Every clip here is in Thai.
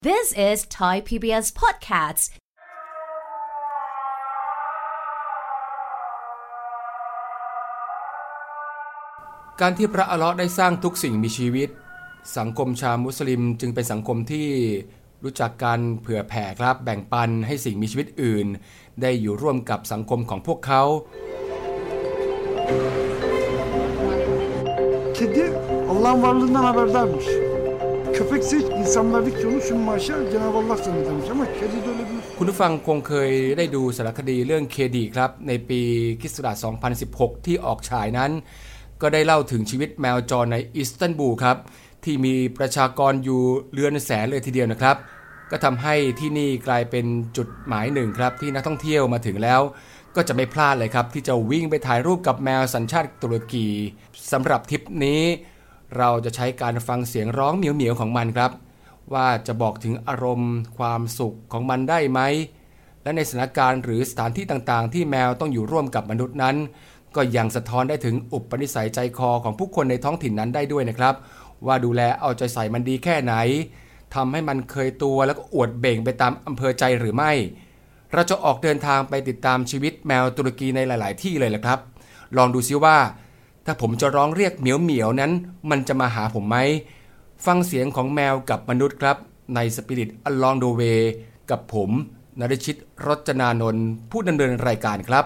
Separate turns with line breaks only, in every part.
This is Thai PBS Podcast
การที่พระอัลเลาะห์ได้สร้างทุกสิ่งมีชีวิตสังคมชาวมุสลิมจึงเป็นสังคมที่รู้จักการเผื่อแผ่ครับแบ่งปันให้สิ่งมีชีวิตอื่นได้อยู่ร่วมกับสังคมของพวกเขา
Kedi Allah'ın varlığından haberdarmış. Köpekse insanlar ilk onu sunmaşa Cenab-ı Allah zannedermiş ama kedi de öyle bir...
คุณผู้ฟังคงเคยได้ดูสารคดีเรื่องเคดีครับในปีค.ศ. 2016 ที่ออกฉายนั้นก็ได้เล่าถึงชีวิตแมวจรในอิสตันบูลครับที่มีประชากรอยู่เรือนแสนเลยทีเดียวนะครับก็ทำให้ที่นี่กลายเป็นจุดหมายหนึ่งครับที่นักท่องเที่ยวมาถึงแล้วก็จะไม่พลาดเลยครับที่จะวิ่งไปถ่ายรูปกับแมวสัญชาติตุรกีสำหรับทริปนี้เราจะใช้การฟังเสียงร้องเหมียวๆของมันครับว่าจะบอกถึงอารมณ์ความสุขของมันได้ไหมและในสถานการณ์หรือสถานที่ต่างๆที่แมวต้องอยู่ร่วมกับมนุษย์นั้นก็ยังสะท้อนได้ถึงอุปนิสัยใจคอของผู้คนในท้องถิ่นนั้นได้ด้วยนะครับว่าดูแลเอาใจใส่มันดีแค่ไหนทำให้มันเคยตัวแล้วก็อวดเบ่งไปตามอำเภอใจหรือไม่เราจะออกเดินทางไปติดตามชีวิตแมวตุรกีในหลายๆที่เลยล่ะครับลองดูซิว่าถ้าผมจะร้องเรียกเหมียวๆนั้นมันจะมาหาผมไหมฟังเสียงของแมวกับมนุษย์ครับใน Spirit Along the Way กับผมนฤชิตรจนานนท์ผู้ดำเนินรายการครับ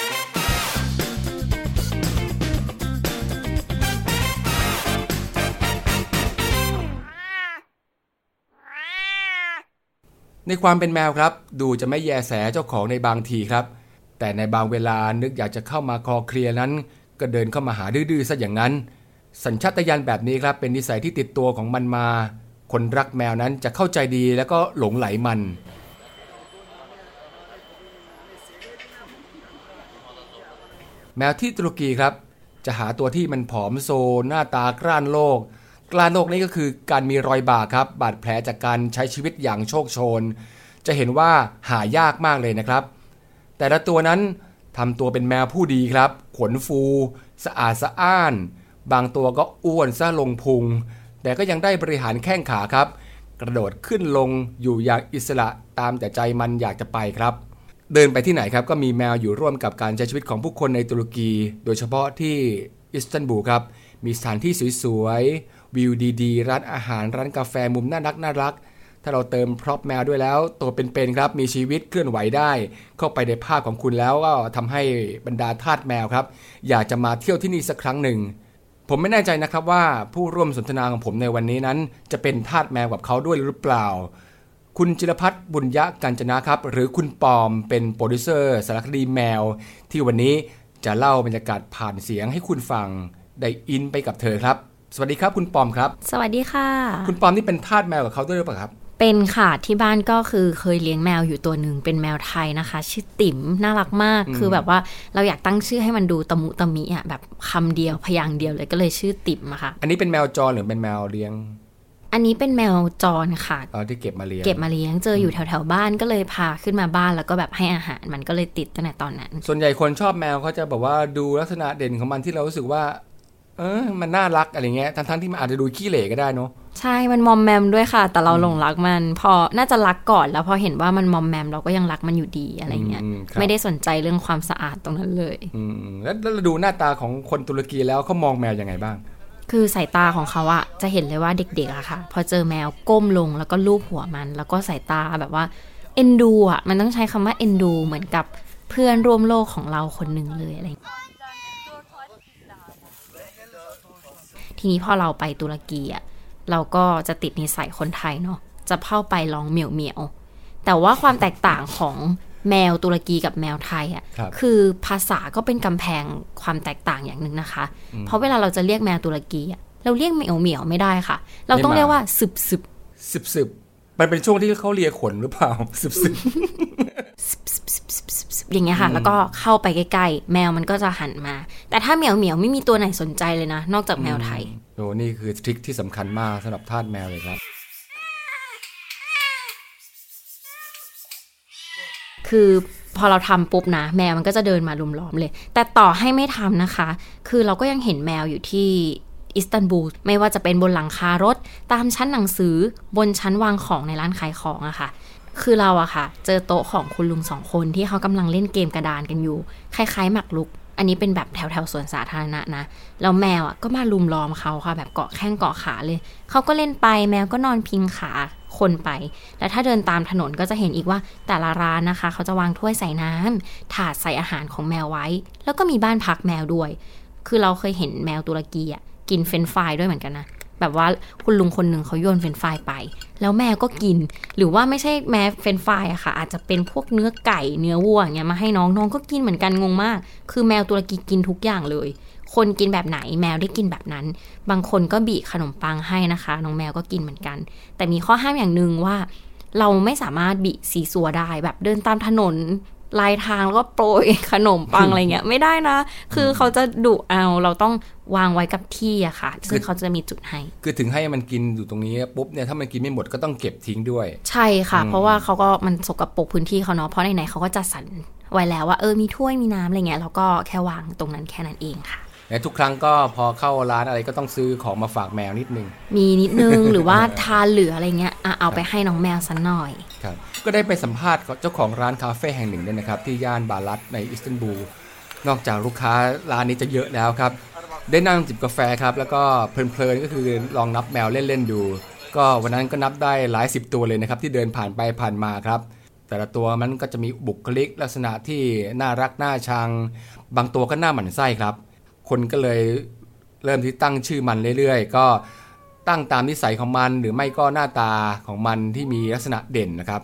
ในความเป็นแมวครับดูจะไม่แยแสเจ้าของในบางทีครับแต่ในบางเวลานึกอยากจะเข้ามาคลอเคลียร์นั้นก็เดินเข้ามาหาดื้อๆซะอย่างนั้นสัญชาตญาณแบบนี้ครับเป็นนิสัยที่ติดตัวของมันมาคนรักแมวนั้นจะเข้าใจดีแล้วก็หลงไหลมันแมวที่ตุรกีครับจะหาตัวที่มันผอมโซหน้าตากร้านโลกนี่ก็คือการมีรอยบากครับบาดแผลจากการใช้ชีวิตอย่างโชคโชนจะเห็นว่าหายากมากเลยนะครับแต่ละตัวนั้นทำตัวเป็นแมวผู้ดีครับขนฟูสะอาดสะอ้านบางตัวก็อ้วนซะลงพุงแต่ก็ยังได้บริหารแข้งขาครับกระโดดขึ้นลงอยู่อย่างอิสระตามแต่ใจมันอยากจะไปครับเดินไปที่ไหนครับก็มีแมวอยู่ร่วมกับการใช้ชีวิตของผู้คนในตุรกีโดยเฉพาะที่อิสตันบูลครับมีสถานที่สวยๆวิวดีๆร้านอาหารร้านกาแฟมุมน่ารักถ้าเราเติมพร็อพแมวด้วยแล้วตัวเป็นๆครับมีชีวิตเคลื่อนไหวได้เข้าไปในภาพของคุณแล้วก็ทำให้บรรดาทาสแมวครับอยากจะมาเที่ยวที่นี่สักครั้งหนึ่งผมไม่แน่ใจนะครับว่าผู้ร่วมสนทนาของผมในวันนี้นั้นจะเป็นทาสแมวกับเขาด้วยหรือเปล่าคุณจิรพัฒน์บุญยะกัญจนะครับหรือคุณปอมเป็นโปรดิวเซอร์สารคดีแมวที่วันนี้จะเล่าบรรยากาศผ่านเสียงให้คุณฟังได้อินไปกับเธอครับสวัสดีครับคุณปอมครับ
สวัสดีค่ะ
คุณปอมนี่เป็นทาสแมวกับเขาด้วยหรือเปล่าครับ
เป็นค่ะที่บ้านก็คือเคยเลี้ยงแมวอยู่ตัวหนึ่งเป็นแมวไทยนะคะชื่อติ๋มน่ารักมากคือแบบว่าเราอยากตั้งชื่อให้มันดูตะมุตะมิอ่ะแบบคำเดียวพยางค์เดียวเลยก็เลยชื่อติ๋มอะค่ะ
อันนี้เป็นแมวจรหรือเป็นแมวเลี้ยง
อันนี้เป็นแมวจรค่ะ
ที่เก็บมาเลี้
ยงเจออยู่แถวๆบ้านก็เลยพาขึ้นมาบ้านแล้วก็แบบให้อาหารมันก็เลยติดตั้งแต่ตอนนั้น
ส่วนใหญ่คนชอบแมวเขาจะแบบว่าดูลักษณะเด่นของมันที่เรารู้สึกว่ามันน่ารักอะไรเงี้ยทั้งที่มันอาจจะดูขี้เหร่ก็ได้เนาะ
ใช่มันมอมแมมด้วยค่ะแต่เราหลงรักมันพอน่าจะรักก่อนแล้วพอเห็นว่ามันมอมแมมเราก็ยังรักมันอยู่ดีอะไรเงี้ยไม่ได้สนใจเรื่องความสะอาดตรงนั้นเลย
แล้วเราดูหน้าตาของคนตุรกีแล้วเขามองแมวยังไงบ้าง
คือสายตาของเขาอะจะเห็นเลยว่าเด็กๆอะค่ะพอเจอแมวก้มลงแล้วก็ลูบหัวมันแล้วก็สายตาแบบว่าเอ็นดูอะมันต้องใช้คำว่าเอ็นดูเหมือนกับเพื่อนร่วมโลกของเราคนหนึ่งเลยอะไรทีนี้พอเราไปตุรกีอ่ะเราก็จะติดนิสัยคนไทยเนาะจะเข้าไปลองเหมียวแต่ว่าความแตกต่างของแมวตุรกีกับแมวไทยอ่ะคือภาษาก็เป็นกำแพงความแตกต่างอย่างนึงนะคะเพราะเวลาเราจะเรียกแมวตุรกีอ่ะเราเรียกเหมียวไม่ได้ค่ะเราต้องเรียกว่าสึบ
มันเป็นช่วงที่เขาเลียขนหรือเปล่าสึบ
อย่างเงี้ยค่ะแล้วก็เข้าไปใกล้ๆแมวมันก็จะหันมาแต่ถ้าเหมียวไม่มีตัวไหนสนใจเลยนะนอกจากแมวไทย
โอ้นี่คือทริคที่สำคัญมากสำหรับทาสแมวเลยครับ
คือพอเราทำปุ๊บนะแมวมันก็จะเดินมาลุมล้อมเลยแต่ต่อให้ไม่ทำนะคะคือเราก็ยังเห็นแมวอยู่ที่อิสตันบูลไม่ว่าจะเป็นบนหลังคารถตามชั้นหนังสือบนชั้นวางของในร้านขายของอะค่ะคือเราอะค่ะเจอโต๊ะของคุณลุง2คนที่เขากำลังเล่นเกมกระดานกันอยู่คล้ายๆหมากรุกอันนี้เป็นแบบแถวๆสวนสาธารณะนะแล้วแมวอะก็มาลุมล้อมเขาค่ะแบบเกาะแข้งเกาะขาเลยเขาก็เล่นไปแมวก็นอนพิงขาคนไปแล้วถ้าเดินตามถนนก็จะเห็นอีกว่าแต่ละร้านนะคะเขาจะวางถ้วยใส่น้ำถาดใส่อาหารของแมวไว้แล้วก็มีบ้านพักแมวด้วยคือเราเคยเห็นแมวตุรกีอ่ะกินเฟรนช์ฟรายด้วยเหมือนกันนะแบบว่าคุณลุงคนหนึ่งเขาโยนเฟรนช์ฟรายไปแล้วแมวก็กินหรือว่าไม่ใช่แมวเฟรนช์ฟรายอะค่ะอาจจะเป็นพวกเนื้อไก่เนื้อวัวอย่างเงี้ยมาให้น้องก็กินเหมือนกันงงมากคือแมวตุรกีกินทุกอย่างเลยคนกินแบบไหนแมวได้กินแบบนั้นบางคนก็บีขนมปังให้นะคะน้องแมวก็กินเหมือนกันแต่มีข้อห้ามอย่างนึงว่าเราไม่สามารถบิซีซัวได้แบบเดินตามถนนลายทางแล้วก็โปรยขนมปัง อะไรเงี้ยไม่ได้นะคือเขาจะดุเอาเราต้องวางไว้กับที่อะค่ะซึ่งเขาจะมีจุดให้
คือถึงให้มันกินอยู่ตรงนี้ปุ๊บเนี่ยถ้ามันกินไม่หมดก็ต้องเก็บทิ้งด้วย
ใช่ค่ะเพราะว่าเขาก็มันสกปรกพื้นที่เขาเนาะเพราะไหนๆเขาก็จัดสรรไว้แล้วว่ามีถ้วยมีน้ำอะไรเงี้ยแล้วก็แค่วางตรงนั้นแค่นั้นเองค่ะ
และทุกครั้งก็พอเข้าร้านอะไรก็ต้องซื้อของมาฝากแมวนิดนึง
มีนิดนึง หรือว่าทานเหลืออะไรเงี้ยเอาไปให้น้องแมวสักหน่อย
ครับก็ได้ไปสัมภาษณ์เจ้าของร้านคาเฟ่แห่งหนึ่งด้วยนะครับที่ย่านบาลัดในอิสตันบูลนอกจากลูกค้าร้านนี้จะเยอะแล้วครับได้นั่งจิบกาแฟครับแล้วก็เพลินๆก็คือลองนับแมวเล่นๆดูก็วันนั้นก็นับได้หลาย10ตัวเลยนะครับที่เดินผ่านไปผ่านมาครับแต่ละตัวมันก็จะมีบุคลิกลักษณะที่น่ารักน่าชังบางตัวก็น่าหมั่นไส้ครับคนก็เลยเริ่มที่ตั้งชื่อมันเรื่อยๆก็ตั้งตามนิสัยของมันหรือไม่ก็หน้าตาของมันที่มีลักษณะเด่นนะครับ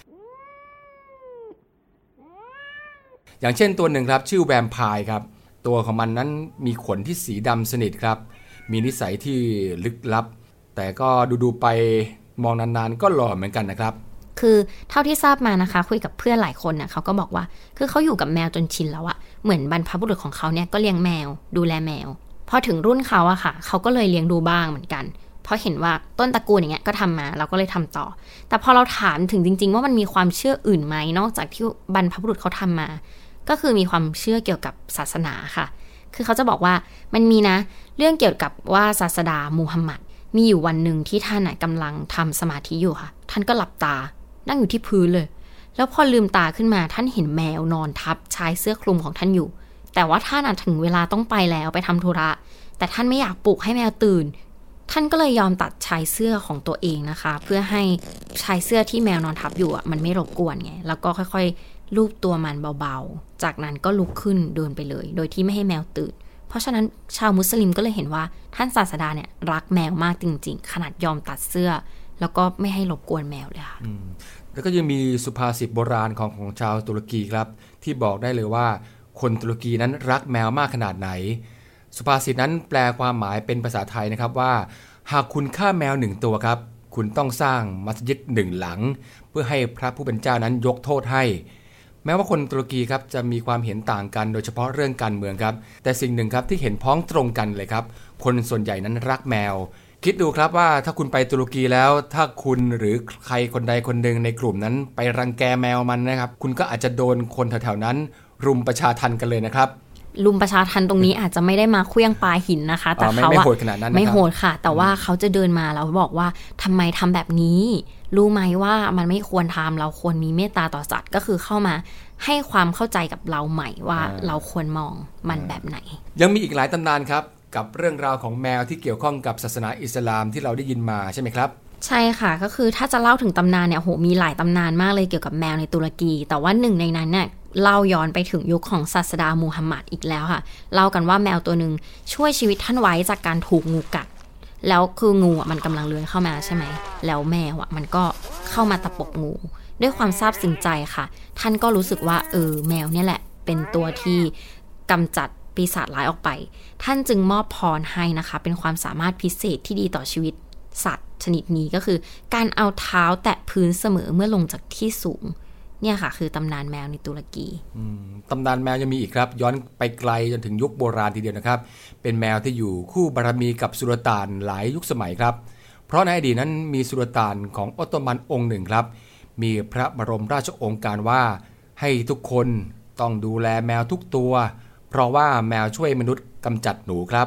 อย่างเช่นตัวหนึ่งครับชื่อแวมไพร์ครับตัวของมันนั้นมีขนที่สีดำสนิทครับมีนิสัยที่ลึกลับแต่ก็ดูไปมองนานๆก็หล่อเหมือนกันนะครับ
คือเท่าที่ทราบมานะคะคุยกับเพื่อนหลายคนเขาก็บอกว่าคือเขาอยู่กับแมวจนชินแล้วอะเหมือนบรรพบุรุษของเขาเนี่ยก็เลี้ยงแมวดูแลแมวพอถึงรุ่นเขาอะค่ะเขาก็เลยเลี้ยงดูบ้างเหมือนกันเพราะเห็นว่าต้นตระกูลอย่างเงี้ยก็ทำมาเราก็เลยทำต่อแต่พอเราถามถึงจริงๆว่ามันมีความเชื่ออื่นไหมนอกจากที่บรรพบุรุษเขาทำมาก็คือมีความเชื่อเกี่ยวกับศาสนาค่ะคือเขาจะบอกว่ามันมีนะเรื่องเกี่ยวกับว่าศาสดามูฮัมหมัดมีอยู่วันหนึ่งที่ท่านกำลังทำสมาธิอยู่ค่ะท่านก็หลับตานั่งอยู่ที่พื้นเลยแล้วพอลืมตาขึ้นมาท่านเห็นแมวนอนทับชายเสื้อคลุมของท่านอยู่แต่ว่าท่านถึงเวลาต้องไปแล้วไปทำธุระแต่ท่านไม่อยากปลุกให้แมวตื่นท่านก็เลยยอมตัดชายเสื้อของตัวเองนะคะเพื่อให้ชายเสื้อที่แมวนอนทับอยู่มันไม่รบกวนไงแล้วก็ค่อยๆลูบตัวมันเบาๆจากนั้นก็ลุกขึ้นเดินไปเลยโดยที่ไม่ให้แมวตื่นเพราะฉะนั้นชาวมุสลิมก็เลยเห็นว่าท่านศาสดาเนี่ยรักแมวมากจริงๆขนาดยอมตัดเสื้อแล้วก็ไม่ให้รบกวนแมวเลยค่ะ
แล้วก็ยังมีสุภาษิตโบราณของชาวตุรกีครับที่บอกได้เลยว่าคนตุรกีนั้นรักแมวมากขนาดไหนสุภาษิตนั้นแปลความหมายเป็นภาษาไทยนะครับว่าหากคุณฆ่าแมว1ตัวครับคุณต้องสร้างมัสยิด1หลังเพื่อให้พระผู้เป็นเจ้านั้นยกโทษให้แม้ว่าคนตุรกีครับจะมีความเห็นต่างกันโดยเฉพาะเรื่องการเมืองครับแต่สิ่งหนึ่งครับที่เห็นพ้องตรงกันเลยครับคนส่วนใหญ่นั้นรักแมวคิดดูครับว่าถ้าคุณไปตุรกีแล้วถ้าคุณหรือใครคนใดคนหนึ่งในกลุ่มนั้นไปรังแกแมวมันนะครับคุณก็อาจจะโดนคนแถวๆนั้นรุมประชาทัณฑ์กันเลยนะครับ
รุมประชาทัณฑ์ตรงนี้อาจจะไม่ได้มาเคลื่องปลาหินนะคะแต่เขา
ไม่โหดขนาดนั้น
ไม่โหดค่ะแต่ว่าเขาจะเดินมาแล้วบอกว่าทำไมทำแบบนี้รู้ไหมว่ามันไม่ควรทำเราควรมีเมตตาต่อสัตว์ก็คือเข้ามาให้ความเข้าใจกับเราใหม่ว่าเราควรมองมันแบบไหน
ยังมีอีกหลายตำนานครับกับเรื่องราวของแมวที่เกี่ยวข้องกับศาสนาอิสลามที่เราได้ยินมาใช่ไหมครับ
ใช่ค่ะก็คือถ้าจะเล่าถึงตำนานเนี่ยโหมีหลายตำนานมากเลยเกี่ยวกับแมวในตุรกีแต่ว่าหนึ่งในนั้นเนี่ยเล่าย้อนไปถึงยุคของศาสดามูฮัมหมัดอีกแล้วค่ะเล่ากันว่าแมวตัวหนึ่งช่วยชีวิตท่านไว้จากการถูกงูกัดแล้วคืองูมันกำลังเลื้อยเข้ามาใช่ไหมแล้วแมวมันก็เข้ามาตะปบงูด้วยความซาบซึ้งใจค่ะท่านก็รู้สึกว่าแมวเนี่ยแหละเป็นตัวที่กำจัดปีศาจร้ายออกไปท่านจึงมอบพรให้นะคะเป็นความสามารถพิเศษที่ดีต่อชีวิตสัตว์ชนิดนี้ก็คือการเอาเท้าแตะพื้นเสมอเมื่อลงจากที่สูงเนี่ยค่ะคือตำนานแมวในตุรกี
ตำนานแมวยังมีอีกครับย้อนไปไกลจนถึงยุคโบราณทีเดียวนะครับเป็นแมวที่อยู่คู่บารมีกับสุลต่านหลายยุคสมัยครับเพราะในอดีตนั้นมีสุลต่านของออตโตมันองค์หนึ่งครับมีพระบรมราชโองการว่าให้ทุกคนต้องดูแลแมวทุกตัวเพราะว่าแมวช่วยมนุษย์กำจัดหนูครับ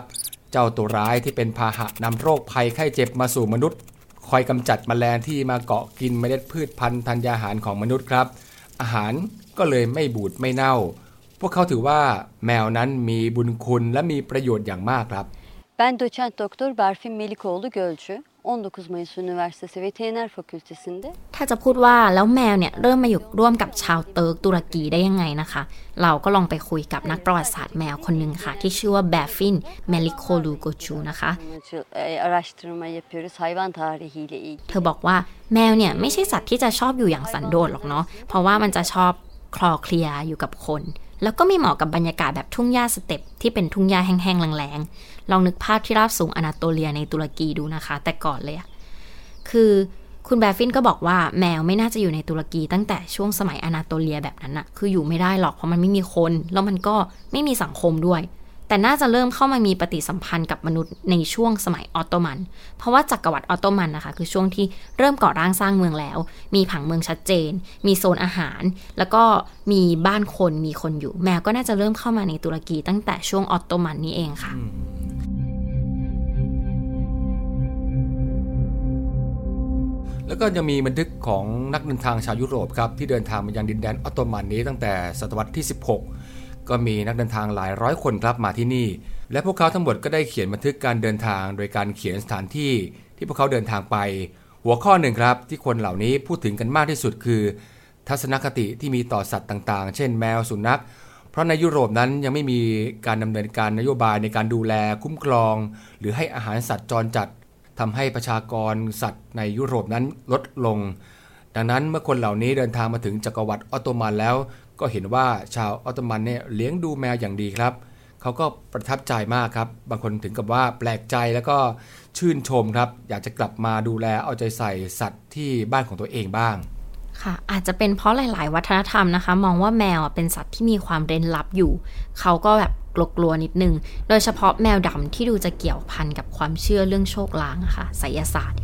เจ้าตัวร้ายที่เป็นพาหะนำโรคภัยไข้เจ็บมาสู่มนุษย์คอยกำจัดแมลงที่มาเกาะกินเมล็ดพืชพันธุ์ธัญญาหารของมนุษย์ครับอาหารก็เลยไม่บูดไม่เน่าพวกเขาถือว่าแมวนั้นมีบุญคุณและมีประโยชน์อย่างมากครับ
Ben doçent doktor Berfin Melikoğlu Gölcü, 19 Mayıs Üniversitesi Veteriner Fakültesi'nde
ถ้าจะพูดว่าแล้วแมวเนี่ยเริ่มมาอยู่ร่วมกับชาวเติร์กตุรกีได้ยังไงนะคะเราก็ลองไปคุยกับนักประวัติศาสตร์แมวคนหนึ่งค่ะที่ชื่อว่าแบฟฟินเมลิโคลูโกจูนะคะ
araştırma yapıyoruz hayvan tarihiyle ilgili.
เธอบอกว่าแมวเนี่ยไม่ใช่สัตว์ที่จะชอบอยู่อย่างสันโดษหรอกเนาะเพราะว่ามันจะชอบคลอเคลียอยู่กับคนแล้วก็ไม่เหมาะกับบรรยากาศแบบทุ่งหญ้าสเต็ปที่เป็นทุ่งหญ้าแห้งๆแล้งๆลองนึกภาพที่ราบสูงอนาโตเลียในตุรกีดูนะคะแต่ก่อนเลยคือคุณแบฟฟินก็บอกว่าแมวไม่น่าจะอยู่ในตุรกีตั้งแต่ช่วงสมัยอนาโตเลียแบบนั้นคืออยู่ไม่ได้หรอกเพราะมันไม่มีคนแล้วมันก็ไม่มีสังคมด้วยแต่น่าจะเริ่มเข้ามามีปฏิสัมพันธ์กับมนุษย์ในช่วงสมัยออตโตมันเพราะว่าจักรวรรดิออตโตมันนะคะคือช่วงที่เริ่มก่อร่างสร้างเมืองแล้วมีผังเมืองชัดเจนมีโซนอาหารแล้วก็มีบ้านคนมีคนอยู่แมวก็น่าจะเริ่มเข้ามาในตุรกีตั้งแต่ช่วงออตโตมันนี้เองค่ะ
แล้วก็ยังมีบันทึกของนักเดินทางชาวยุโรปครับที่เดินทางมายังดินแดนออตโตมันนี้ตั้งแต่ศตวรรษที่16ก็มีนักเดินทางหลายร้อยคนครับมาที่นี่และพวกเขาทั้งหมดก็ได้เขียนบันทึกการเดินทางโดยการเขียนสถานที่ที่พวกเขาเดินทางไปหัวข้อหนึ่งครับที่คนเหล่านี้พูดถึงกันมากที่สุดคือทัศนคติที่มีต่อสัตว์ต่างๆเช่นแมวสุนัขเพราะในยุโรปนั้นยังไม่มีการดำเนินการนโยบายในการดูแลคุ้มครองหรือให้อาหารสัตว์จรจัดทำให้ประชากรสัตว์ในยุโรปนั้นลดลงดังนั้นเมื่อคนเหล่านี้เดินทางมาถึงจักรวรรดิออตโตมันแล้วก็เห็นว่าชาวออตโตมันเนี่ยเลี้ยงดูแมวอย่างดีครับเขาก็ประทับใจมากครับบางคนถึงกับว่าแปลกใจแล้วก็ชื่นชมครับอยากจะกลับมาดูแลเอาใจใส่สัตว์ที่บ้านของตัวเองบ้าง
ค่ะอาจจะเป็นเพราะหลายๆวัฒนธรรมนะคะมองว่าแมวเป็นสัตว์ที่มีความเร้นลับอยู่เขาก็แบบกลัวๆนิดนึงโดยเฉพาะแมวดำที่ดูจะเกี่ยวพันกับความเชื่อเรื่องโชคลางค่ะไสยศาสตร์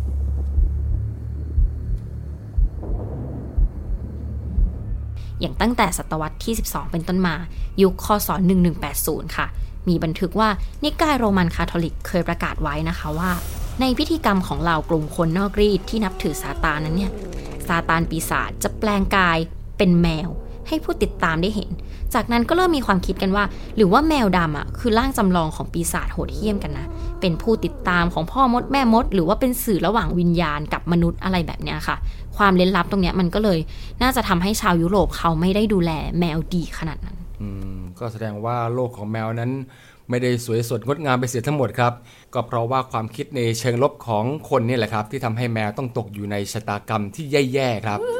อย่างตั้งแต่ศตวรรษที่12เป็นต้นมายุคคศ1180ค่ะมีบันทึกว่านิกายโรมันคาทอลิกเคยประกาศไว้นะคะว่าในพิธีกรรมของเหล่ากลุ่มคนนอกรีดที่นับถือซาตานนั้นเนี่ยซาตานปีศาจจะแปลงกายเป็นแมวให้ผู้ติดตามได้เห็นจากนั้นก็เริ่มมีความคิดกันว่าหรือว่าแมวดำคือร่างจำลองของปีศาจโหดเหี้ยมกันนะเป็นผู้ติดตามของพ่อมดแม่มดหรือว่าเป็นสื่อระหว่างวิญญาณกับมนุษย์อะไรแบบนี้ค่ะความลึกลับตรงนี้มันก็เลยน่าจะทำให้ชาวยุโรปเขาไม่ได้ดูแลแมวดีขนาดนั้น
ก็แสดงว่าโลกของแมวนั้นไม่ได้สวยสดงดงามไปเสียทั้งหมดครับก็เพราะว่าความคิดในเชิงลบของคนนี่แหละครับที่ทำให้แมวต้องตกอยู่ในชะตากรรมที่แย่ๆครับ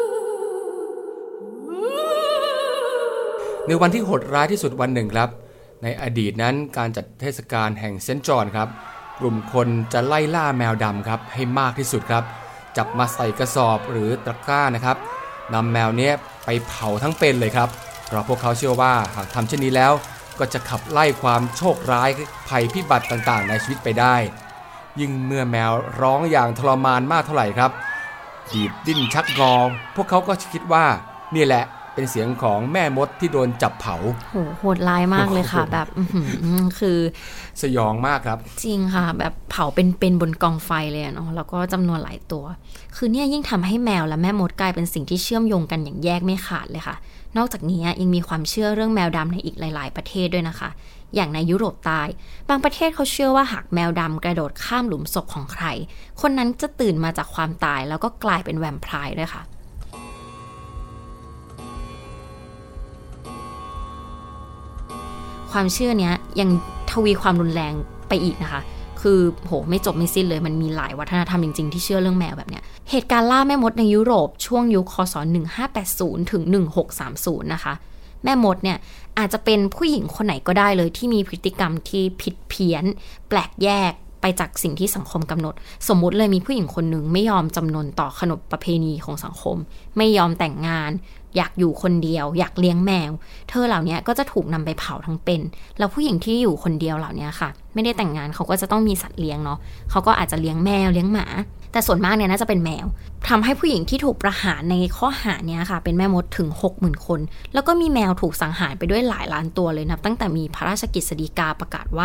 ในวันที่โหดร้ายที่สุดวันหนึ่งครับในอดีตนั้นการจัดเทศกาลแห่งเซนต์จอห์นครับกลุ่มคนจะไล่ล่าแมวดำครับให้มากที่สุดครับจับมาใส่กระสอบหรือตะกร้านะครับนำแมวเนี้ยไปเผาทั้งเป็นเลยครับเพราะพวกเขาเชื่อว่าหากทำเช่นนี้แล้วก็จะขับไล่ความโชคร้ายภัยพิบัติต่างๆในชีวิตไปได้ยิ่งเมื่อแมวร้องอย่างทรมานมากเท่าไหร่ครับดีดดิ้นชักงอพวกเขาก็คิดว่านี่แหละเป็นเสียงของแม่มดที่โดนจับเผา
โหดร้ายมากเลยค่ะแบบคือ
สยองมากครับ
จริงค่ะแบบเผาเป็นบนกองไฟเลยเนาะแล้วก็จำนวนหลายตัวคือเนี่ยยิ่งทำให้แมวและแม่มดกลายเป็นสิ่งที่เชื่อมโยงกันอย่างแยกไม่ขาดเลยค่ะนอกจากนี้ยังมีความเชื่อเรื่องแมวดำในอีกหลายๆประเทศด้วยนะคะอย่างในยุโรปใต้บางประเทศเขาเชื่อว่าหากแมวดำกระโดดข้ามหลุมศพของใครคนนั้นจะตื่นมาจากความตายแล้วก็กลายเป็นแวมไพร์ด้วยค่ะความเชื่อเนี้ยยังทวีความรุนแรงไปอีกนะคะคือไม่จบไม่สิ้นเลยมันมีหลายวัฒนธรรมจริงๆที่เชื่อเรื่องแมวแบบเนี้ยเหตุการณ์ล่าแม่มดในยุโรปช่วงยุคคศ1580ถึง1630นะคะแม่มดเนี่ยอาจจะเป็นผู้หญิงคนไหนก็ได้เลยที่มีพฤติกรรมที่ผิดเพี้ยนแปลกแยกไปจากสิ่งที่สังคมกำหนดสมมุติเลยมีผู้หญิงคนหนึ่งไม่ยอมจำนนต่อขนบประเพณีของสังคมไม่ยอมแต่งงานอยากอยู่คนเดียวอยากเลี้ยงแมวเธอเหล่านี้ก็จะถูกนำไปเผาทั้งเป็นแล้วผู้หญิงที่อยู่คนเดียวเหล่านี้ค่ะไม่ได้แต่งงานเขาก็จะต้องมีสัตว์เลี้ยงเนาะเขาก็อาจจะเลี้ยงแมวเลี้ยงหมาแต่ส่วนมากเนี่ยน่าจะเป็นแมวทำให้ผู้หญิงที่ถูกประหารในข้อหาเนี้ยค่ะเป็นแม่มดถึง 60,000 คนแล้วก็มีแมวถูกสังหารไปด้วยหลายล้านตัวเลยนับตั้งแต่มีพระราชกฤษฎีกาประกาศว่า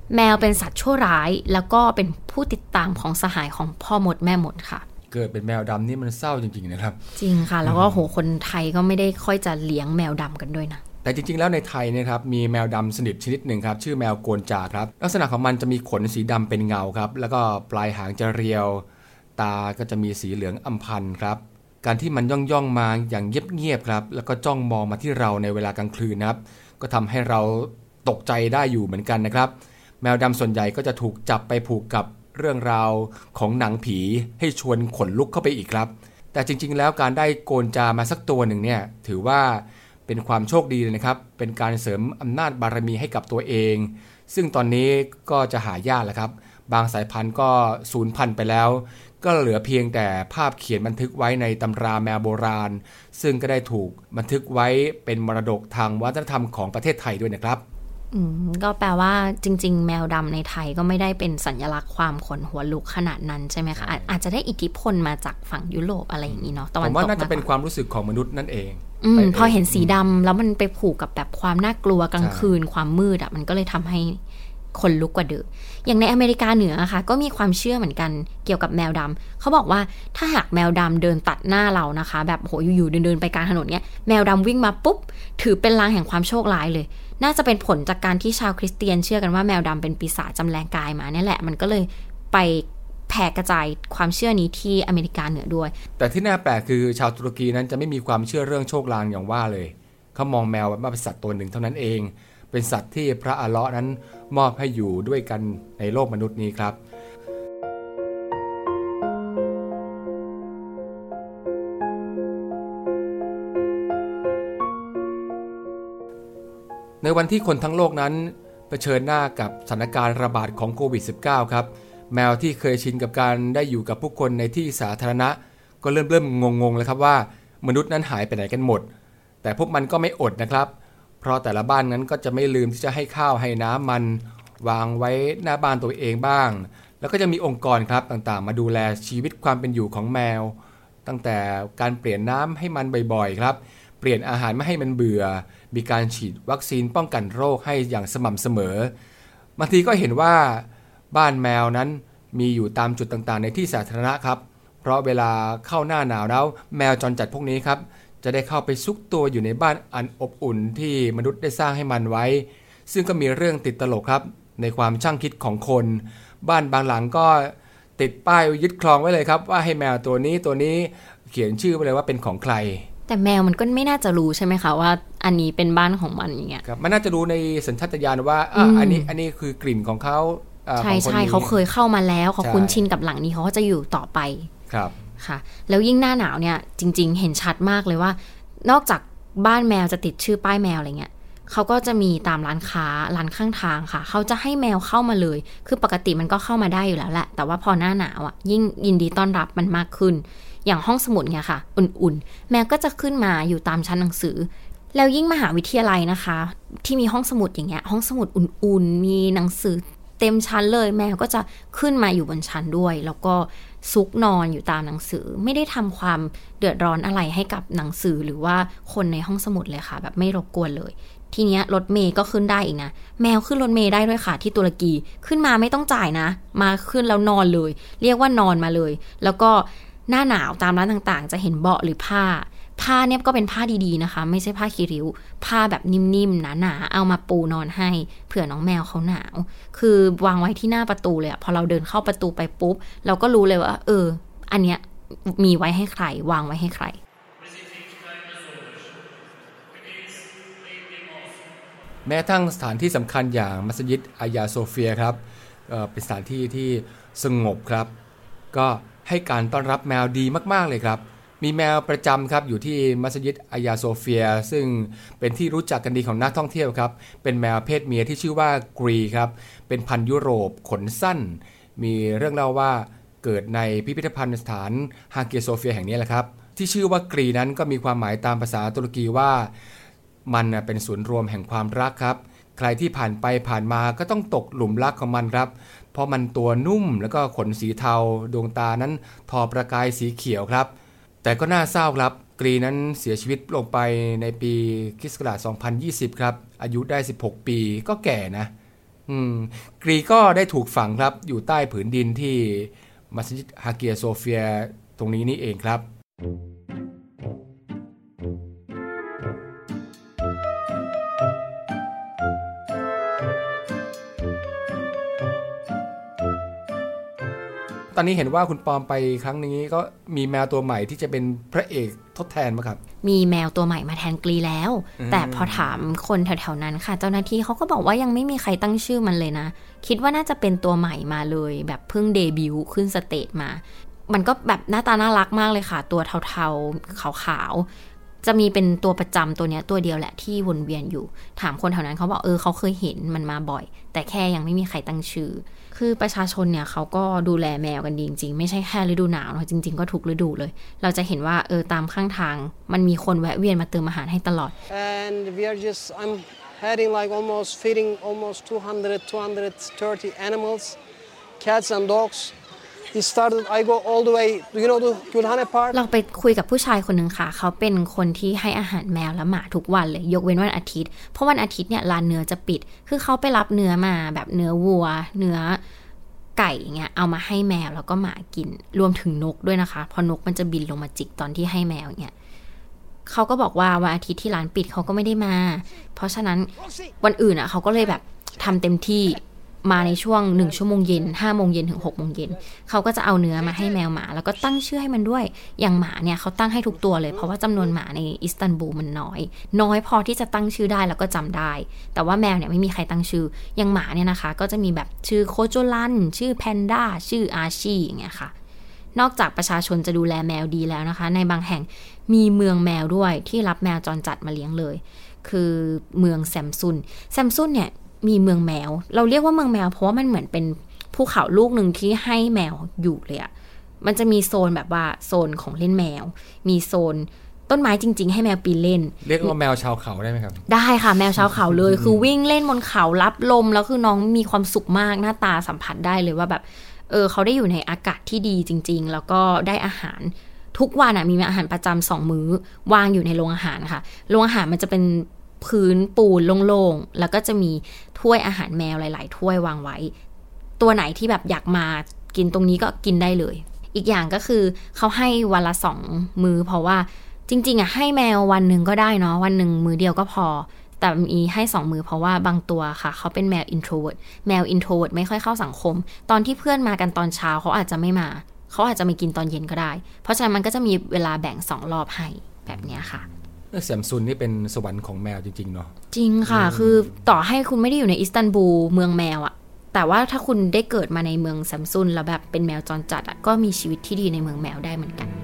แมวเป็นสัตว์ชั่วร้ายแล้วก็เป็นผู้ติดตามของสหายของพ่อมดแม่มดค่ะ
เกิดเป็นแมวดำนี่มันเศร้าจริงๆนะครับ
จริงค่ะแล้วก็โหคนไทยก็ไม่ได้ค่อยจะเลี้ยงแมวดำกันด้วยนะ
แต่จริงๆแล้วในไทยเนี่ยครับมีแมวดำสนิทชนิดหนึ่งครับชื่อแมวโกนจาครับลักษณะของมันจะมีขนสีดำเป็นเงาครับแล้วก็ปลายหางจะเรียวตาก็จะมีสีเหลืองอำพันครับการที่มันย่องมาอย่างเงียบๆครับแล้วก็จ้องมองมาที่เราในเวลากลางคืนนะครับก็ทำให้เราตกใจได้อยู่เหมือนกันนะครับแมวดำส่วนใหญ่ก็จะถูกจับไปผูกกับเรื่องราวของหนังผีให้ชวนขนลุกเข้าไปอีกครับแต่จริงๆแล้วการได้โกนจามาสักตัวหนึ่งเนี่ยถือว่าเป็นความโชคดีเลยนะครับเป็นการเสริมอำนาจบารมีให้กับตัวเองซึ่งตอนนี้ก็จะหายากแล้วครับบางสายพันธุ์ก็สูญพันธุ์ไปแล้วก็เหลือเพียงแต่ภาพเขียนบันทึกไว้ในตำราแมวโบราณซึ่งก็ได้ถูกบันทึกไว้เป็นมรดกทางวัฒนธรรมของประเทศไทยด้วยนะครับ
ก็แปลว่าจริงๆแมวดำในไทยก็ไม่ได้เป็นสัญลักษณ์ความขนหัวลุกขนาดนั้นใช่ไหมคะอาจจะได้อิทธิพลมาจากฝั่งยุโรปอะไรอย่างนี้เนาะตะวันตก
ผมว่าน่าจะเป็นความรู้สึกของมนุษย์นั่นเอง
พอเห็นสีดำแล้วมันไปผูกกับแบบความน่ากลัวกลางคืนความมืดมันก็เลยทำให้คนลุกกว่าเดิมอย่างในอเมริกาเหนือค่ะก็มีความเชื่อเหมือนกันเกี่ยวกับแมวดำเขาบอกว่าถ้าหากแมวดำเดินตัดหน้าเรานะคะแบบโหอยู่ๆเดินไปกลางถนนเนี้ยแมวดำวิ่งมาปุ๊บถือเป็นลางแห่งความโชคร้ายเลยน่าจะเป็นผลจากการที่ชาวคริสเตียนเชื่อกันว่าแมวดำเป็นปีศาจจำแรงกายมาเนี่ยแหละมันก็เลยไปแผ่กระจายความเชื่อนี้ที่อเมริกาเหนือด้วย
แต่ที่น่าแปลกคือชาวตุรกีนั้นจะไม่มีความเชื่อเรื่องโชคลางอย่างว่าเลยเขามองแมวว่าเป็นสัตว์ตัวหนึ่งเท่านั้นเองเป็นสัตว์ที่พระอัลเลาะห์นั้นมอบให้อยู่ด้วยกันในโลกมนุษย์นี้ครับในวันที่คนทั้งโลกนั้นเผชิญหน้ากับสถานการณ์ระบาดของโควิด -19 ครับแมวที่เคยชินกับการได้อยู่กับผู้คนในที่สาธารณะก็เริ่มงงเลยครับว่ามนุษย์นั้นหายไปไหนกันหมดแต่พวกมันก็ไม่อดนะครับเพราะแต่ละบ้านนั้นก็จะไม่ลืมที่จะให้ข้าวให้น้ำมันวางไว้หน้าบ้านตัวเองบ้างแล้วก็จะมีองค์กรครับต่างๆมาดูแลชีวิตความเป็นอยู่ของแมวตั้งแต่การเปลี่ยนน้ำให้มันบ่อยๆครับเปลี่ยนอาหารไม่ให้มันเบื่อมีการฉีดวัคซีนป้องกันโรคให้อย่างสม่ำเสมอบางทีก็เห็นว่าบ้านแมวนั้นมีอยู่ตามจุดต่างๆในที่สาธารณะครับเพราะเวลาเข้าหน้าหนาวแล้วแมวจรจัดพวกนี้ครับจะได้เข้าไปซุกตัวอยู่ในบ้านอันอบอุ่นที่มนุษย์ได้สร้างให้มันไว้ซึ่งก็มีเรื่องติดตลกครับในความช่างคิดของคนบ้านบางหลังก็ติดป้ายยึดครองไว้เลยครับว่าให้แมวตัวนี้เขียนชื่อไว้เลยว่าเป็นของใคร
แต่แมวมันก็ไม่น่าจะรู้ใช่ไหมคะว่าอันนี้เป็นบ้านของมันอย่างเงี้ย
ครับมันน่าจะรู้ในสัญชาตญาณว่าอันนี้คือกลิ่นของเขา
ใช่เขาเคยเข้ามาแล้วเขาคุ้นชินกับหลังนี้เขาก็จะอยู่ต่อไป
ครับ
ค่ะแล้วยิ่งหน้าหนาวเนี่ยจริงๆเห็นชัดมากเลยว่านอกจากบ้านแมวจะติดชื่อป้ายแมวอะไรเงี้ยเขาก็จะมีตามร้านค้าร้านข้างทางค่ะเขาจะให้แมวเข้ามาเลยคือปกติมันก็เข้ามาได้อยู่แล้วแหละแต่ว่าพอหน้าหนาวยิ่งยินดีต้อนรับมันมากขึ้นอย่างห้องสมุดเนี่ยค่ะอุ่นๆแมวก็จะขึ้นมาอยู่ตามชั้นหนังสือแล้วยิ่งมหาวิทยาลัยนะคะที่มีห้องสมุดอย่างเงี้ยห้องสมุดอุ่นๆมีหนังสือเต็มชั้นเลยแมวก็จะขึ้นมาอยู่บนชั้นด้วยแล้วก็ซุกนอนอยู่ตามหนังสือไม่ได้ทำความเดือดร้อนอะไรให้กับหนังสือหรือว่าคนในห้องสมุดเลยค่ะแบบไม่รบกวนเลยทีเนี้ยรถเมล์ก็ขึ้นได้อีกนะแมวขึ้นรถเมล์ได้ด้วยค่ะที่ตุรกีขึ้นมาไม่ต้องจ่ายนะมาขึ้นแล้วนอนเลยเรียกว่านอนมาเลยแล้วก็หน้าหนาวตามร้านต่างๆจะเห็นเบาะหรือผ้าเนี่ยก็เป็นผ้าดีๆนะคะไม่ใช่ผ้าคีริ้วผ้าแบบนิ่มๆหนาๆเอามาปูนอนให้เผื่อน้องแมวเขาหนาวคือวางไว้ที่หน้าประตูเลยพอเราเดินเข้าประตูไปปุ๊บเราก็รู้เลยว่าอันเนี้ยมีไว้ให้ใครวางไว้ให้ใคร
แม้ทั้งสถานที่สำคัญอย่างมัสยิดอายาโซเฟียครับเป็นสถานที่ที่สงบครับก็ให้การต้อนรับแมวดีมากๆเลยครับมีแมวประจำครับอยู่ที่มัสยิดอายาโซเฟียซึ่งเป็นที่รู้จักกันดีของนักท่องเที่ยวครับเป็นแมวเพศเมียที่ชื่อว่ากรีครับเป็นพันธุ์ยุโรปขนสั้นมีเรื่องเล่าว่าเกิดในพิพิธภัณฑ์สถานฮาเกียโซเฟียแห่งนี้แหละครับที่ชื่อว่ากรีนั้นก็มีความหมายตามภาษาตุรกีว่ามันเป็นศูนย์รวมแห่งความรักครับใครที่ผ่านไปผ่านมาก็ต้องตกหลุมรักของมันครับเพราะมันตัวนุ่มแล้วก็ขนสีเทาดวงตานั้นทอประกายสีเขียวครับแต่ก็น่าเศร้าครับกรีนั้นเสียชีวิตลงไปในปีค.ศ. 2020ครับอายุได้16ปีก็แก่นะกรีก็ได้ถูกฝังครับอยู่ใต้ผืนดินที่มัสยิดฮาเกียโซเฟียตรงนี้นี่เองครับตอนนี้เห็นว่าคุณปอมไปครั้งนี้ก็มีแมวตัวใหม่ที่จะเป็นพระเอกทดแทนมั้ยครับ
มีแมวตัวใหม่มาแทนกรีแล้วแต่พอถามคนแถวๆนั้นค่ะเจ้าหน้าที่เขาก็บอกว่ายังไม่มีใครตั้งชื่อมันเลยนะคิดว่าน่าจะเป็นตัวใหม่มาเลยแบบเพิ่งเดบิวต์ขึ้นสเตจมามันก็แบบหน้าตาน่ารักมากเลยค่ะตัวเทาๆขาวๆจะมีเป็นตัวประจำตัวเนี้ยตัวเดียวแหละที่วนเวียนอยู่ถามคนแถวนั้นเขาบอกเขาเคยเห็นมันมาบ่อยแต่แค่ยังไม่มีใครตั้งชื่อคือประชาชนเนี่ยเขาก็ดูแลแมวกันดีจริงๆไม่ใช่แค่ฤดูหนาวเนาะจริงๆก็ทุกฤดูเลยเราจะเห็นว่าตามข้างทางมันมีคนแวะเวียนมาเติมอาหารให้ตลอด
and we are just I'm heading like almost feeding almost 230 animals cats and dogs He started I go all the way you know to Gulhane Park
เราไปคุยกับผู้ชายคนนึงค่ะเขาเป็นคนที่ให้อาหารแมวและหมาทุกวันเลยยกเว้นวันอาทิตย์เพราะวันอาทิตย์เนี่ยร้านเนื้อจะปิดคือเขาไปรับเนื้อมาแบบเนื้อวัวเนื้อไก่อย่างเงี้ยเอามาให้แมวแล้วก็หมากินรวมถึงนกด้วยนะคะเพราะนกมันจะบินลงมาจิกตอนที่ให้แมวอย่างเงี้ยเขาก็บอกว่าวันอาทิตย์ที่ร้านปิดเขาก็ไม่ได้มาเพราะฉะนั้นวันอื่นอ่ะเขาก็เลยแบบทำเต็มที่มาในช่วง1ชั่วโมงเย็น5โมงเย็นถึง6โมงเย็นเขาก็จะเอาเนื้อมาให้แมวหมาแล้วก็ตั้งชื่อให้มันด้วยอย่างหมาเนี่ยเขาตั้งให้ทุกตัวเลยเพราะว่าจำนวนหมาในอิสตันบูลมันน้อยพอที่จะตั้งชื่อได้แล้วก็จำได้แต่ว่าแมวเนี่ยไม่มีใครตั้งชื่ออย่างหมาเนี่ยนะคะก็จะมีแบบชื่อโคโจลันชื่อแพนด้าชื่ออาชีอย่างเงี้ยค่ะนอกจากประชาชนจะดูแลแมวดีแล้วนะคะในบางแห่งมีเมืองแมวด้วยที่รับแมวจรจัดมาเลี้ยงเลยคือเมืองแซมซุนเนี่ยมีเมืองแมวเราเรียกว่าเมืองแมวเพราะว่ามันเหมือนเป็นภูเขาลูกหนึ่งที่ให้แมวอยู่เลยอะมันจะมีโซนแบบว่าโซนของเล่นแมวมีโซนต้นไม้จริงๆให้แมวปีนเล่น
เรียกว่าแมวชาวเขาได้ไหมครับ
ได้ค่ะแมวชาวเขาเลย คือวิ่งเล่นบนเขารับลมแล้วคือน้องมีความสุขมากหน้าตาสัมผัสได้เลยว่าแบบเขาได้อยู่ในอากาศที่ดีจริงๆแล้วก็ได้อาหารทุกวันมีอาหารประจำ2 มื้อวางอยู่ในโรงอาหารค่ะโรงอาหารมันจะเป็นพื้นปูนโล่งๆแล้วก็จะมีถ้วยอาหารแมวหลายๆถ้วยวางไว้ตัวไหนที่แบบอยากมากินตรงนี้ก็กินได้เลยอีกอย่างก็คือเขาให้วันละ2 มื้อเพราะว่าจริงๆให้แมววันนึงก็ได้เนาะวันนึงมื้อเดียวก็พอแต่มีให้2 มื้อเพราะว่าบางตัวค่ะเขาเป็นแมว introvert ไม่ค่อยเข้าสังคมตอนที่เพื่อนมากันตอนเช้าเขาอาจจะไม่มาเขาอาจจะมากินตอนเย็นก็ได้เพราะฉะนั้นมันก็จะมีเวลาแบ่ง2 รอบให้แบบนี้ค่ะ
แซมซุนนี่เป็นสวรรค์ของแมวจริงๆเนาะ
จริงค่ะคือต่อให้คุณไม่ได้อยู่ในอิสตันบูลเมืองแมวอะแต่ว่าถ้าคุณได้เกิดมาในเมืองแซมซุนแล้วแบบเป็นแมวจรจัดอะก็มีชีวิตที่ดีในเมืองแมวได้เหมือนกัน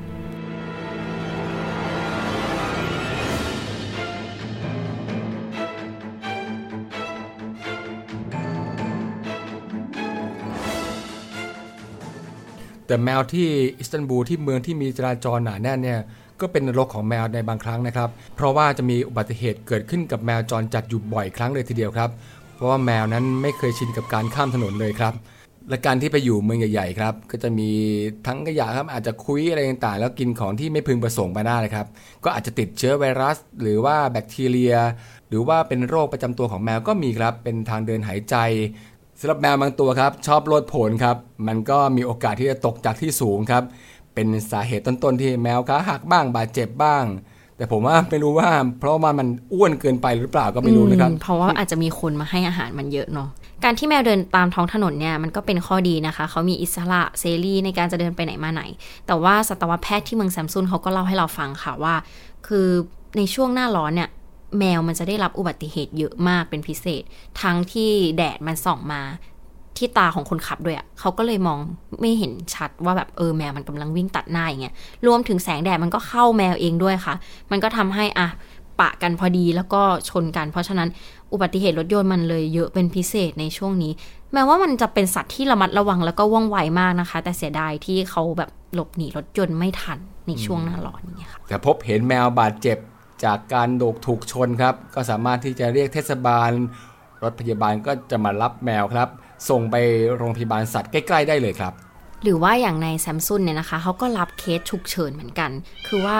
แต่แมวที่อิสตันบูลที่เมืองที่มีจราจรหนาแน่นเนี่ยก็เป็นนรกของแมวในบางครั้งนะครับเพราะว่าจะมีอุบัติเหตุเกิดขึ้นกับแมวจรจัดอยู่บ่อยครั้งเลยทีเดียวครับเพราะว่าแมวนั้นไม่เคยชินกับการข้ามถนนเลยครับและการที่ไปอยู่เมืองใหญ่ๆครับก็จะมีทั้งขยะครับอาจจะคุยอะไรต่างๆแล้วกินของที่ไม่พึงประสงค์ไปได้ครับก็อาจจะติดเชื้อไวรัสหรือว่าแบคทีเรียหรือว่าเป็นโรคประจำตัวของแมวก็มีครับเป็นทางเดินหายใจสำหรับแมวบางตัวครับชอบโลดโผนครับมันก็มีโอกาสที่จะตกจากที่สูงครับเป็นสาเหตุต้นๆที่แมวขาหักบ้างบาดเจ็บบ้างแต่ผมว่าไม่รู้ว่าเพราะว่ามันอ้วนเกินไปหรือเปล่าก็ไม่รู้นะครับ
เพราะว่าอาจจะมีคนมาให้อาหารมันเยอะเนาะการที่แมวเดินตามท้องถนนเนี่ยมันก็เป็นข้อดีนะคะเขามีอิสระเสรีในการจะเดินไปไหนมาไหนแต่ว่าสัตวแพทย์ที่เมืองแซมซุนเขาก็เล่าให้เราฟังค่ะว่าคือในช่วงหน้าร้อนเนี่ยแมวมันจะได้รับอุบัติเหตุเยอะมากเป็นพิเศษทั้งที่แดดมันส่องมาที่ตาของคนขับด้วยเขาก็เลยมองไม่เห็นชัดว่าแบบแมวมันกำลังวิ่งตัดหน้าอย่างเงี้ยรวมถึงแสงแดดมันก็เข้าแมวเองด้วยค่ะมันก็ทำให้ปะกันพอดีแล้วก็ชนกันเพราะฉะนั้นอุบัติเหตุรถยนต์มันเลยเยอะเป็นพิเศษในช่วงนี้แม้ว่ามันจะเป็นสัตว์ที่ระมัดระวังแล้วก็ว่องไวมากนะคะแต่เสียดายที่เขาแบบหลบหนีรถยนต์ไม่ทันในช่วงหน้าร้อนอย่างเงี้ยค่ะ
แต่พบเห็นแมวบาดเจ็บจากการถูกชนครับก็สามารถที่จะเรียกเทศบาลรถพยาบาลก็จะมารับแมวครับส่งไปโรงพยาบาลสัตว์ใกล้ๆได้เลยครับ
หรือว่าอย่างในแซมซุนเนี่ยนะคะเขาก็รับเคสฉุกเฉินเหมือนกันคือว่า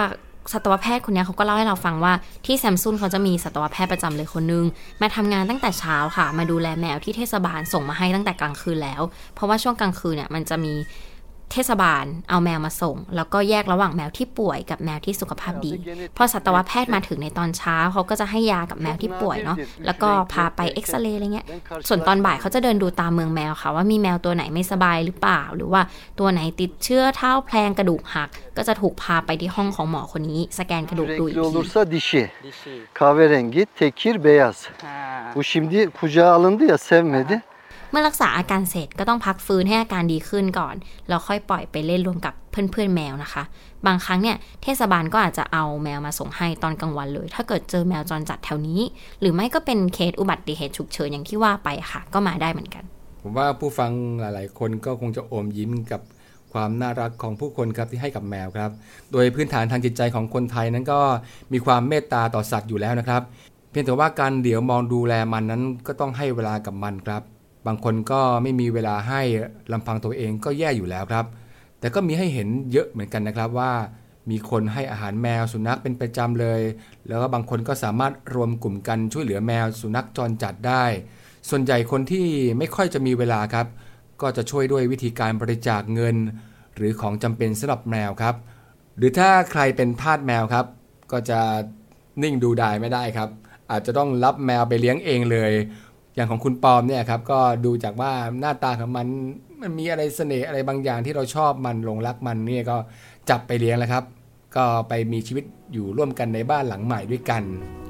สัตวแพทย์คนนี้เขาก็เล่าให้เราฟังว่าที่แซมซุนเขาจะมีสัตวแพทย์ประจำเลยคนนึงมาทำงานตั้งแต่เช้าค่ะมาดูแลแมวที่เทศบาลส่งมาให้ตั้งแต่กลางคืนแล้วเพราะว่าช่วงกลางคืนเนี่ยมันจะมีเทศบาลเอาแมวมาส่งแล้วก็แยกระหว่างแมวที่ป่วยกับแมวที่สุขภาพดีพอสัตวแพทย์มาถึงในตอนเช้าเขาก็จะให้ยากับแมวที่ป่วยเนาะแล้วก็พาไปเอ็กซเรย์อะไรเงี้ยส่วนตอนบ่ายเขาจะเดินดูตามเมืองแมวค่ะว่ามีแมวตัวไหนไม่สบายหรือเปล่าหรือว่าตัวไหนติดเชื้อเท้าแพลงกระดูกหักก็จะถูกพาไปที่ห้องของหมอคนนี้สแกนกระดูกดูอีกที
kahverengi tekir beyaz bu şimdi kucağa alındı ya sevmedi
เมื่อรักษาอาการเสร็จก็ต้องพักฟื้นให้อาการดีขึ้นก่อนแล้วค่อยปล่อยไปเล่นรวมกับเพื่อนๆแมวนะคะบางครั้งเนี่ยเทศบาลก็อาจจะเอาแมวมาส่งให้ตอนกลางวันเลยถ้าเกิดเจอแมวจรจัดแถวนี้หรือไม่ก็เป็นเคสอุบัติเหตุฉุกเฉินอย่างที่ว่าไปค่ะก็มาได้เหมือนกัน
ผมว่าผู้ฟังหลายๆคนก็คงจะอมยิ้มกับความน่ารักของผู้คนครับที่ให้กับแมวครับโดยพื้นฐานทางจิตใจของคนไทยนั้นก็มีความเมตตาต่อสัตว์อยู่แล้วนะครับเพียงแต่ว่าการเดี๋ยวมองดูแลมันนั้นก็ต้องให้เวลากับมันครับบางคนก็ไม่มีเวลาให้ลำพังตัวเองก็แย่อยู่แล้วครับแต่ก็มีให้เห็นเยอะเหมือนกันนะครับว่ามีคนให้อาหารแมวสุนัขเป็นประจำเลยแล้วก็บางคนก็สามารถรวมกลุ่มกันช่วยเหลือแมวสุนัขจรจัดได้ส่วนใหญ่คนที่ไม่ค่อยจะมีเวลาครับก็จะช่วยด้วยวิธีการบริจาคเงินหรือของจำเป็นสำหรับแมวครับหรือถ้าใครเป็นทาสแมวครับก็จะนิ่งดูดายไม่ได้ครับอาจจะต้องรับแมวไปเลี้ยงเองเลยอย่างของคุณปอมเนี่ยครับก็ดูจากว่าหน้าตาของมันมีอะไรเสน่ห์อะไรบางอย่างที่เราชอบมันหลงรักมันเนี่ยก็จับไปเลี้ยงแล้วครับก็ไปมีชีวิตอยู่ร่วมกันในบ้านหลังใหม่ด้วยกัน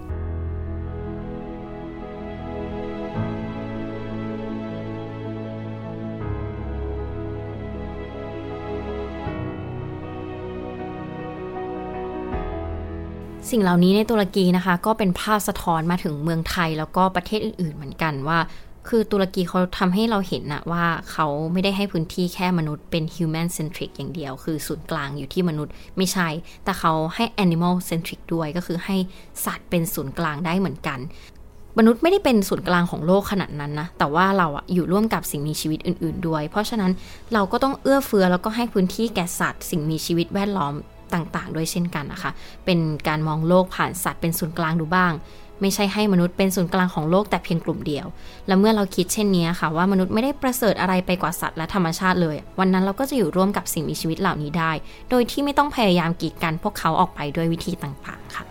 สิ่งเหล่านี้ในตุรกีนะคะก็เป็นภาพสะท้อนมาถึงเมืองไทยแล้วก็ประเทศอื่นๆเหมือนกันว่าคือตุรกีเขาทำให้เราเห็นนะว่าเขาไม่ได้ให้พื้นที่แค่มนุษย์เป็น human centric อย่างเดียวคือศูนย์กลางอยู่ที่มนุษย์ไม่ใช่แต่เขาให้ animal centric ด้วยก็คือให้สัตว์เป็นศูนย์กลางได้เหมือนกันมนุษย์ไม่ได้เป็นศูนย์กลางของโลกขนาดนั้นนะแต่ว่าเราอยู่ร่วมกับสิ่งมีชีวิตอื่นๆด้วยเพราะฉะนั้นเราก็ต้องเอื้อเฟื้อแล้วก็ให้พื้นที่แก่สัตว์สิ่งมีชีวิตแวดล้อมต่างๆด้วยเช่นกันนะคะเป็นการมองโลกผ่านสัตว์เป็นศูนย์กลางดูบ้างไม่ใช่ให้มนุษย์เป็นศูนย์กลางของโลกแต่เพียงกลุ่มเดียวและเมื่อเราคิดเช่นนี้ค่ะว่ามนุษย์ไม่ได้ประเสริฐอะไรไปกว่าสัตว์และธรรมชาติเลยวันนั้นเราก็จะอยู่ร่วมกับสิ่งมีชีวิตเหล่านี้ได้โดยที่ไม่ต้องพยายามกีดกันพวกเขาออกไปด้วยวิธีต่างๆค่ะ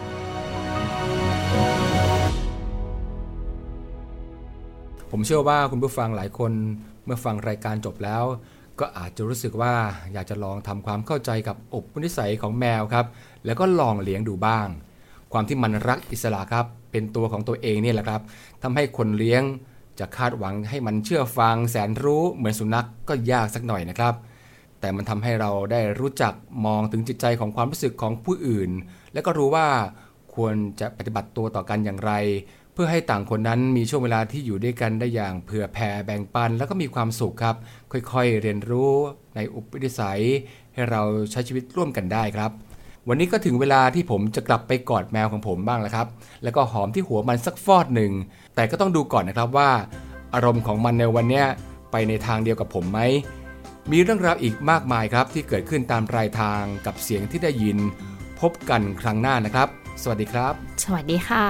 ผมเชื่อว่าคุณผู้ฟังหลายคนเมื่อฟังรายการจบแล้วก็อาจจะรู้สึกว่าอยากจะลองทำความเข้าใจกับอุปนิสัยของแมวครับแล้วก็ลองเลี้ยงดูบ้างความที่มันรักอิสระครับเป็นตัวของตัวเองนี่แหละครับทำให้คนเลี้ยงจะคาดหวังให้มันเชื่อฟังแสนรู้เหมือนสุนัขก็ยากสักหน่อยนะครับแต่มันทำให้เราได้รู้จักมองถึงจิตใจของความรู้สึกของผู้อื่นและก็รู้ว่าควรจะปฏิบัติตัวต่อกันอย่างไรเพื่อให้ต่างคนนั้นมีช่วงเวลาที่อยู่ด้วยกันได้อย่างเผื่อแผ่แบ่งปันแล้วก็มีความสุขครับค่อยๆเรียนรู้ในอุปนิสัยให้เราใช้ชีวิตร่วมกันได้ครับวันนี้ก็ถึงเวลาที่ผมจะกลับไปกอดแมวของผมบ้างแล้วครับแล้วก็หอมที่หัวมันสักฟอดหนึ่งแต่ก็ต้องดูก่อนนะครับว่าอารมณ์ของมันในวันนี้ไปในทางเดียวกับผมไหมมีเรื่องราวอีกมากมายครับที่เกิดขึ้นตามรายทางกับเสียงที่ได้ยินพบกันครั้งหน้านะครับสวัสดีครับ
สวัสดีค่ะ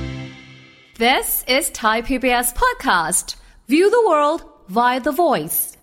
This is Thai PBS podcast. View the world via the voice.